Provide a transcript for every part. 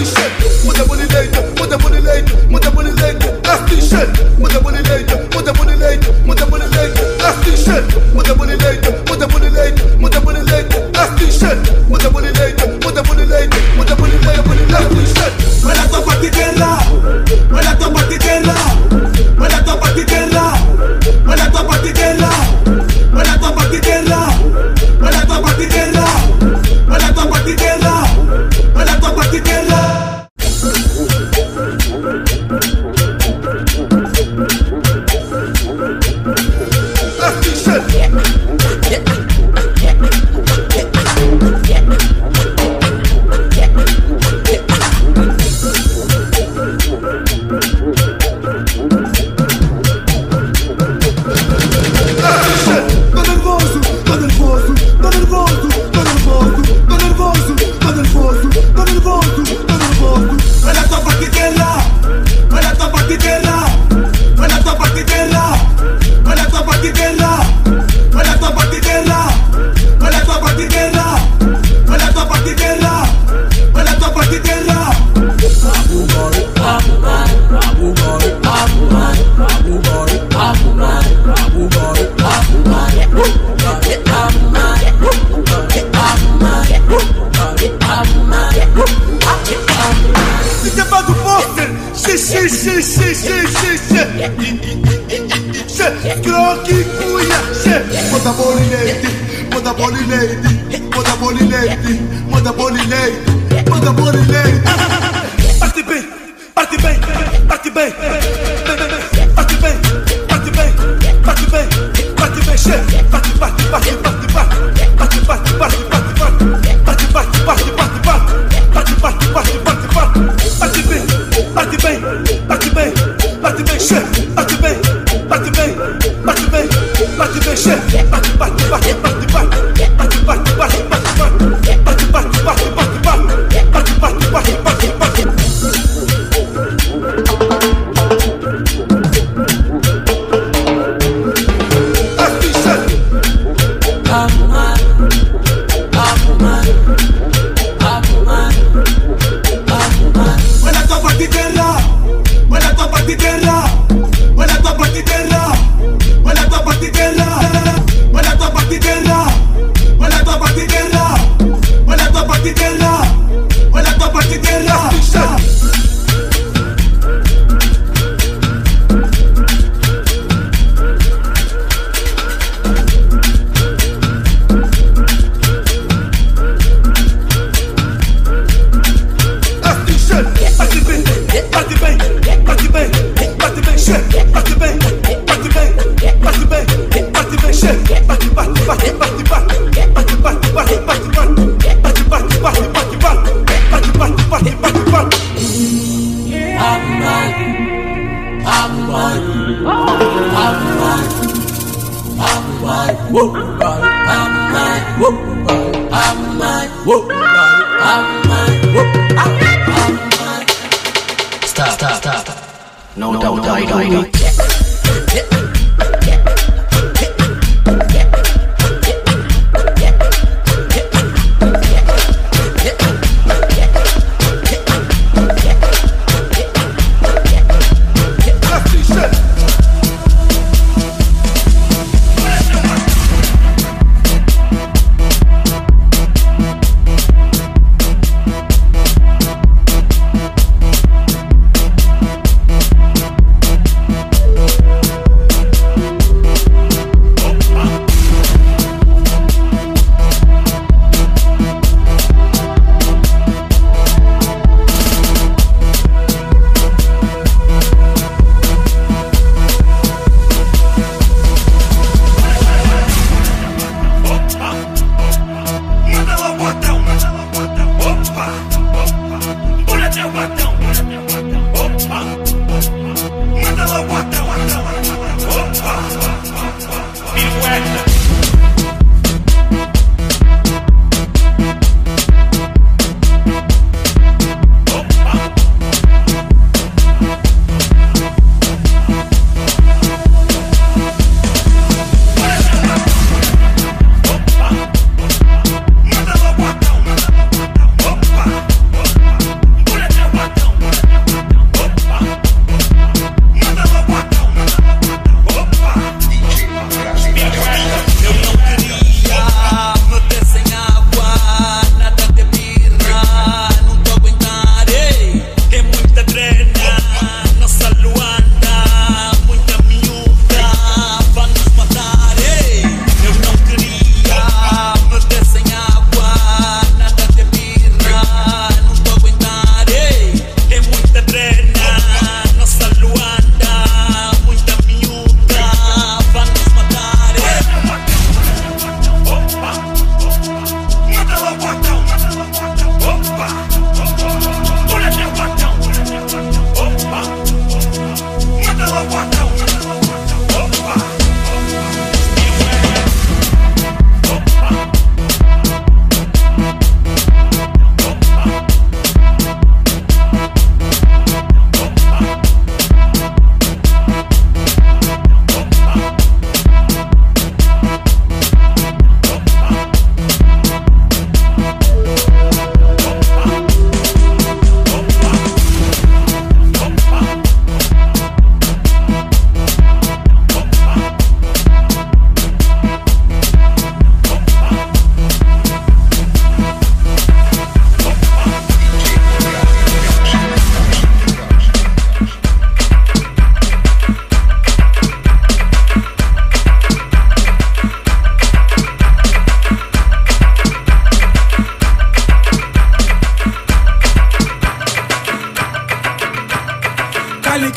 No doubt, I.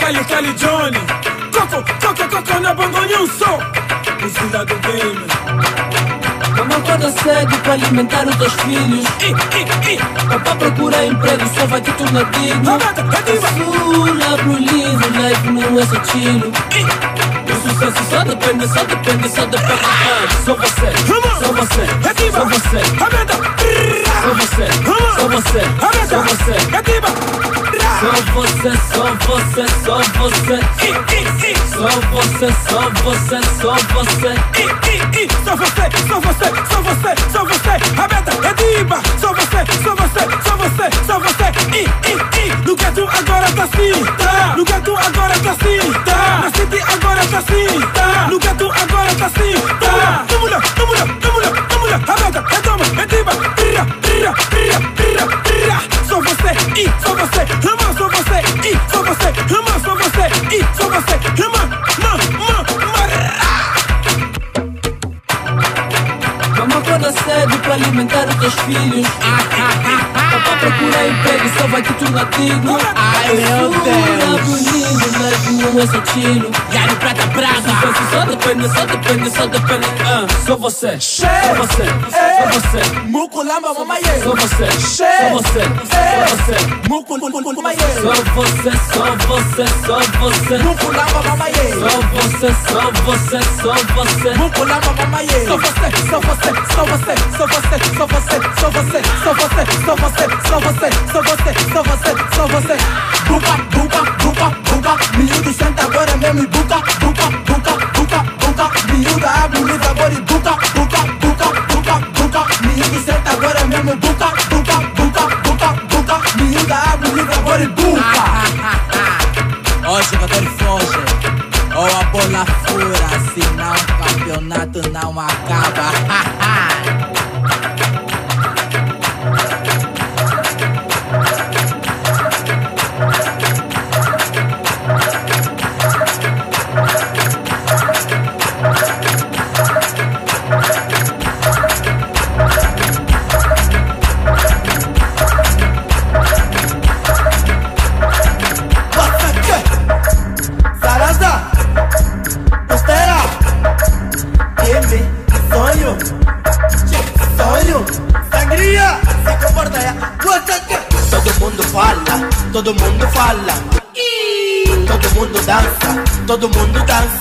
Cali Johnny. Coco na bongo nyuso. Usila do game. Mama acorda cedo pra alimentar os teus filhos. Papá procura emprego, só vai te tornar digno. Sula pro livro, life não é só tiro. O sucesso só depende. Só você, só você, só você. Só você, só você, só você. Só você, só você, só você. Só você, só você, Rabeta, é diva. Só você. No gueto agora tá assim, tá. No gueto agora tá assim, tá. Na city agora tá assim, tá. No gueto agora tá assim, tá. Não mulher. Rabeta, é dama, é diva. Só você, só você. Rama, só você, só você. Rama, só você, só você. Rama, Mama acorda cedo pra alimentar os teus filhos. Papá procura emprego, só vai te tornar digno. Ai meu Deus, bonito, life não é só tiro. Yari Prata Braga. Só depende. Só você, só você, só você. Mukulamba mamaye. Só você, só você, só você. Mukulamaye. Só você, só você, só você. Mukulamba mamaye. Só você, só você, só você. Mukulamba mamaye. só você. Buca. Miúdo senta agora mesmo e buca. Miúda abre o livro agora e buca. Miúdo senta agora mesmo e buca. Miúda abre o livro agora e buca. Ó, os jogadores fogem, ó a bola fura, senão o campeonato não acaba. Todo mundo fala, todo mundo dança, todo mundo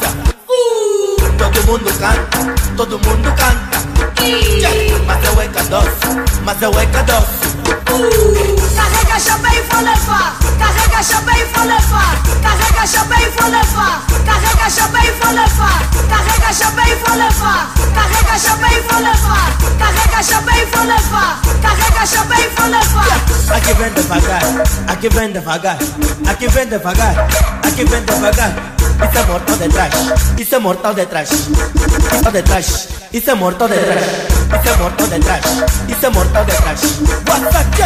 canta, mas eu é cadoço, Carrega chapéu e for levar, carrega chapéu e for levar, carrega chapéu e for levar, carrega chapéu e for levar, carrega chapéu e for levar, carrega chapéu e for levar, carrega chapéu e for levar, carrega chapéu e for levar. Aqui vem devagar, aqui vem devagar, aqui vem devagar, aqui vem devagar. Isso é mortal detrás, isso é mortal detrás, isso é mortal detrás, isso é mortal detrás, isso é mortal detrás. What's up,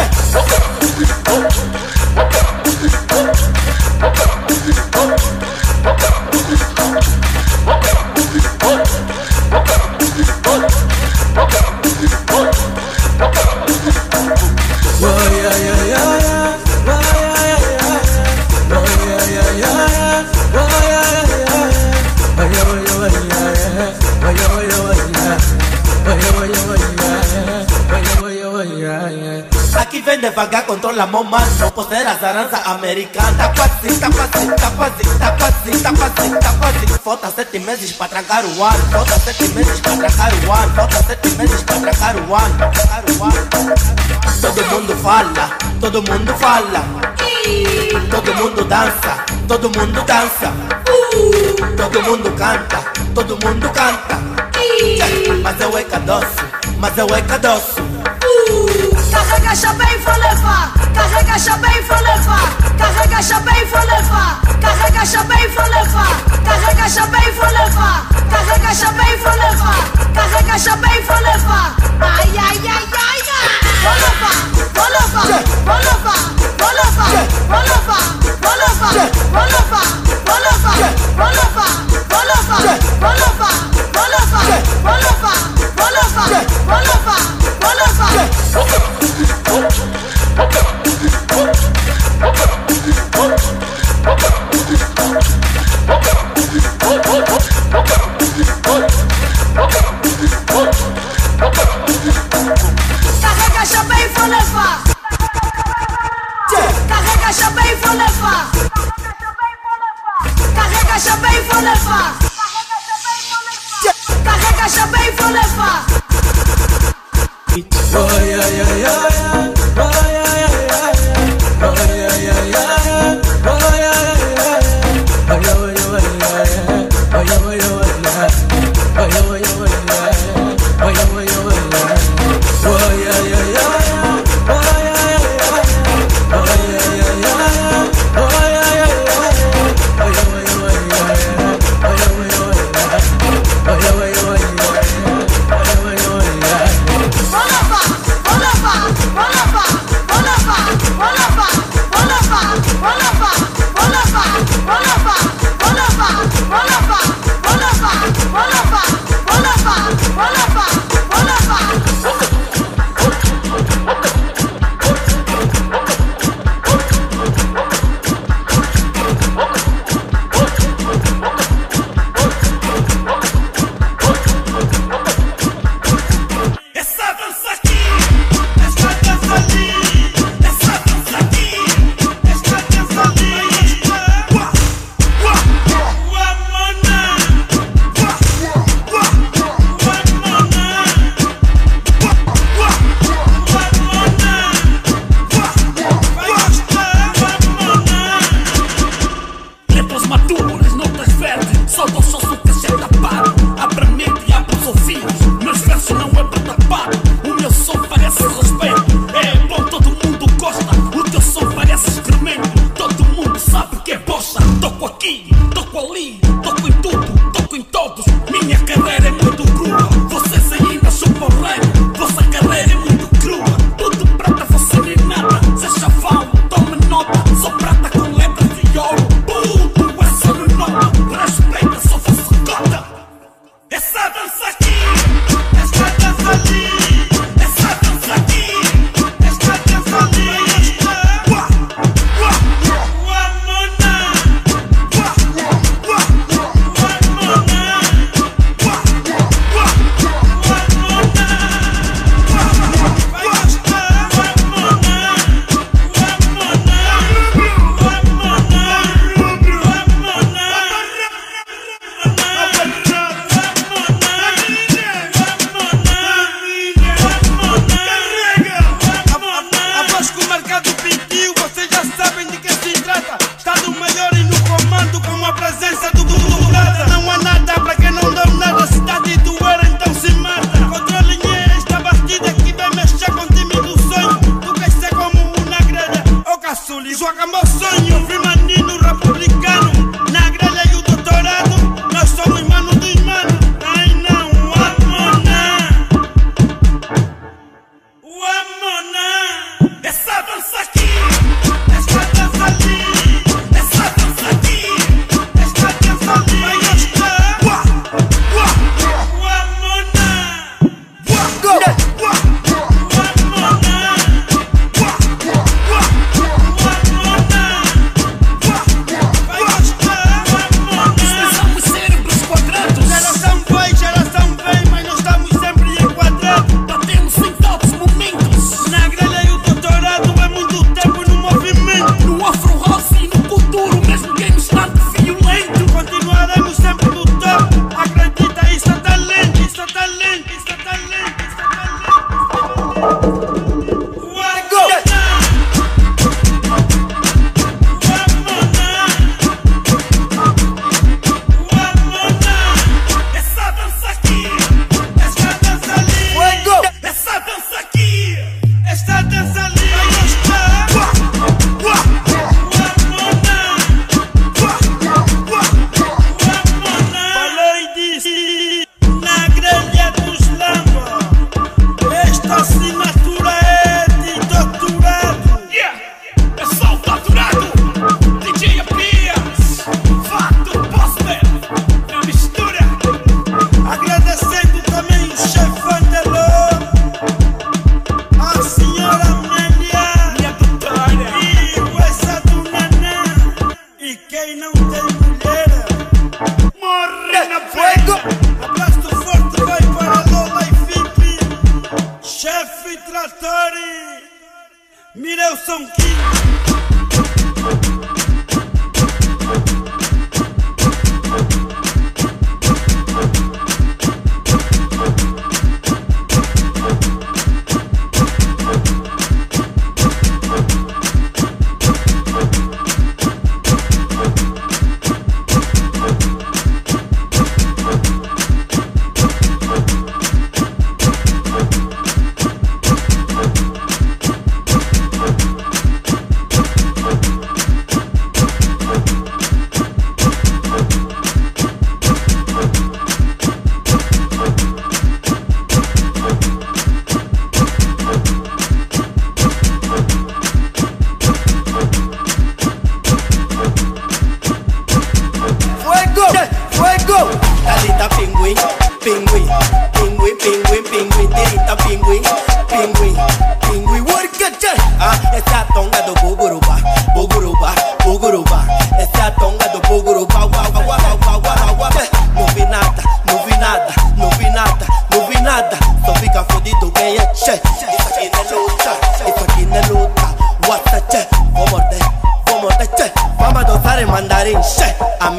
Aqui vem devagar, controla a mão, mano. Poder a zarança americana. Tá quase. Falta 7 meses pra trancar o ano. Falta 7 meses pra trancar o ano. Todo mundo fala, todo mundo fala. Todo mundo dança, todo mundo dança. Todo mundo canta, mas eu é cadoço, Carrega chapéu e for levar, carrega chapéu e for levar, carrega chapéu e for levar, carrega chapéu e for levar, carrega chapéu e for levar, carrega chapéu e for levar, carrega chapéu e for levar. Ai. Vou levar. vou levar. Carrega chapéu e vou levar. Carrega chapéu e vou levar.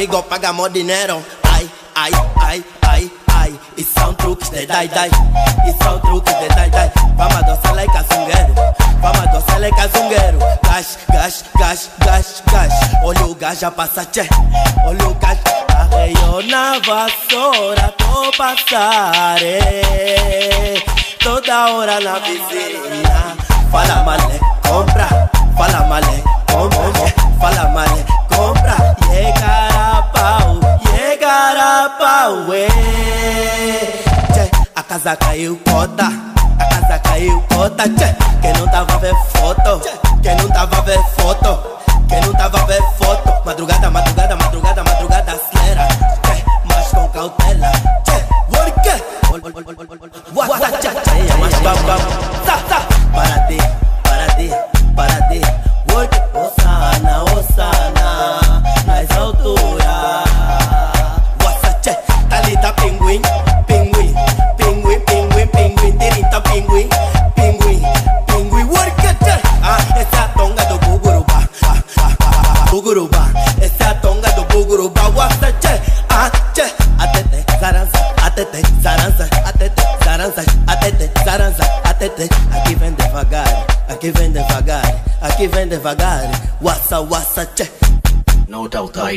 amigos pagamos dinero. Ay, ay, ay, ay, ay. E são truques de dai-dai. E são truques de dai-dai. Vamos adoçar like casungueiro. Vamos adoçar like casungueiro. Gás, gás, gás, gás, gás. Olha o gás já passa, tchê. Olha o gás. Arreio na vassoura, tô passare. Toda hora na vizinha. Fala malé, compra. Fala malé, compra. Fala malé, compra. Llegar a pau, tchê. A casa caiu cota. A casa caiu cota, tchê. Quem não tava a ver foto. Quem não tava a ver foto. Quem não tava a ver foto. Madrugada, madrugada, madrugada, madrugada acelera, tchê. Mas com cautela, tchê. Por quê? What's tchê, tchê. Mas babá, tá, tá. Para de, para de, para de. Work, Osana, Osana. Nas alturas. What's tchê. Talita pinguim, pinguim, pinguim, pinguim, pinguim. Tirinta pinguim, pinguim, pinguim. Work, tchê. Ah, essa é a tonga do Bugurubá. Bugurubá, essa é a tonga do Bugurubá. What's tchê. Ah, tchê. Atete, zaranza, atete, zaranza, atete, zaranza, atete, zaranza, atete. Aqui vem devagar, aqui vem devagar, aqui vem devagar. Wassa, wassa, tchê. No doubt, I.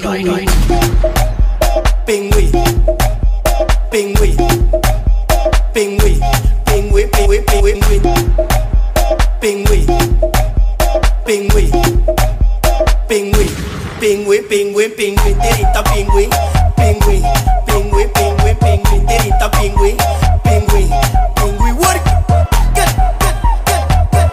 Pinguim, pinguim, pinguim, pinguim, pinguim, pinguim, pinguim, pinguim, pinguim, pinguim, pinguim, pinguim, tirinta pinguim, pinguim, pinguim, pinguim, pinguim, tirinta pinguim, pinguim, pinguim, work, get, get, get, get.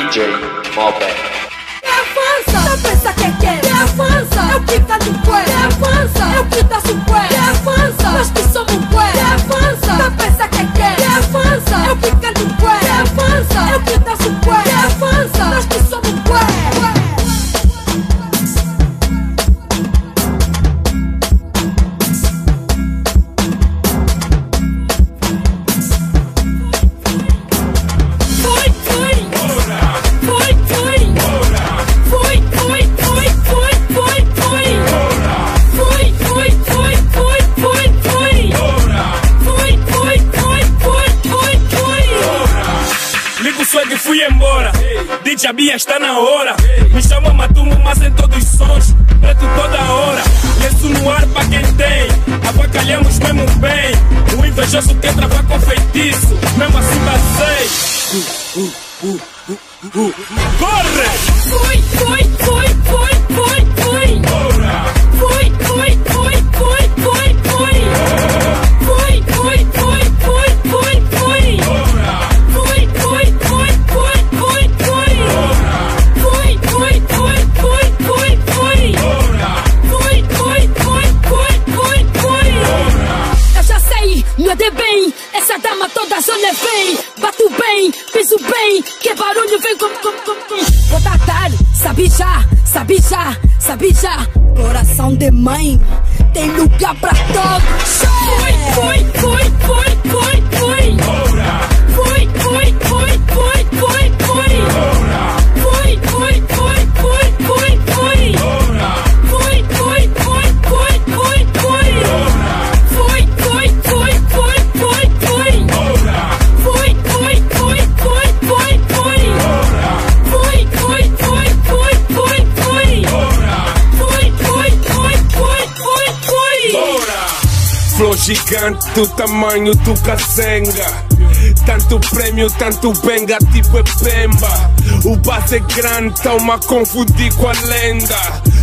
DJ Moped. Avança, pensa que avança, é o que tá no cué. Avança, é o que tá no cué. Avança, nós que somos cué. Avança, pensa que avança, é o que tá no cué. Avança, é o que tá no cué. Avança, nós que somos cué. Fui embora, DJ Bia está na hora. Me chama Matumo, mas em todos os sons, preto toda hora. Lenço no ar pra quem tem, avacalhamos mesmo bem. O invejoso quer travar com feitiço, mesmo assim passei. Corre! Foi, foi, foi, foi, foi, foi. Foi, foi, foi, foi, foi, foi. Foi, foi, foi, foi, foi, foi. Foi, foi, foi, foi, foi, foi. Foi, foi, foi, foi, foi, foi. Foi, foi, foi, foi, foi, foi. Eu já sei, me dê bem. Essa dama toda eu levei. Bato bem, piso bem. Que barulho vem com. Vou datar, sabe já, sabe já, sabe já. Coração de mãe, tem lugar pra todos. Foi, foi, foi, foi, foi, foi. Foi, foi, foi, foi, foi, foi. Foi, foi, foi, foi, foi, foi. Foi, foi, foi, foi, foi, foi. Foi, foi, foi, foi, foi, foi. Foi, foi, foi, foi, foi, foi. Foi, foi, foi, foi, foi, foi. Foi, foi, foi, foi, foi, foi. Flow gigante do tamanho do Kazenga. Tanto prêmio, tanto benga, tipo é Pemba. O base é grande, tão-me a confundir com a lenda.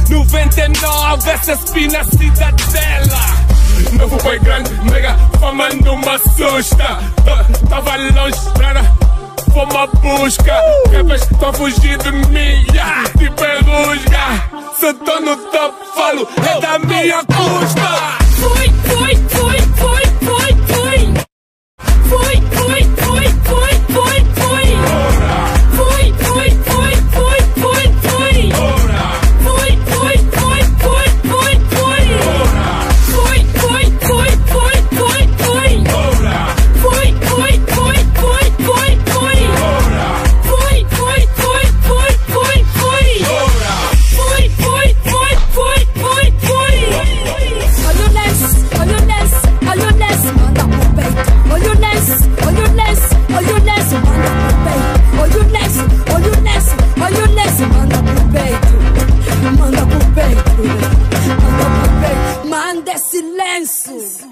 99, essa espina cidadela. Novo bem grande, mega fama não me assusta. Tava longe, foi uma busca. Rappers estão a fugir de mim, tipo é rusga. Se tô no top, falo, é da minha custa. Foi, foi, foi, foi, foi, foi. Foi, foi, foi, foi, foi, foi. Foi, foi, foi, foi, foi, foi. Foi, foi, foi, foi, foi, foi. Foi, foi, foi, foi, foi, foi. Foi, foi, foi, foi, foi, foi. Foi, foi, foi, foi, foi, foi. Foi, foi, foi, foi, foi, foi. Olha o Ness, olha o Ness, olha o Ness, manda pro peito. Olha o Ness, olha o Ness, olha o Ness, manda pro peito. Olha o Ness, olha o Ness, olha o Ness, manda pro peito. Manda pro peito, manda pro peito. Manda silêncio.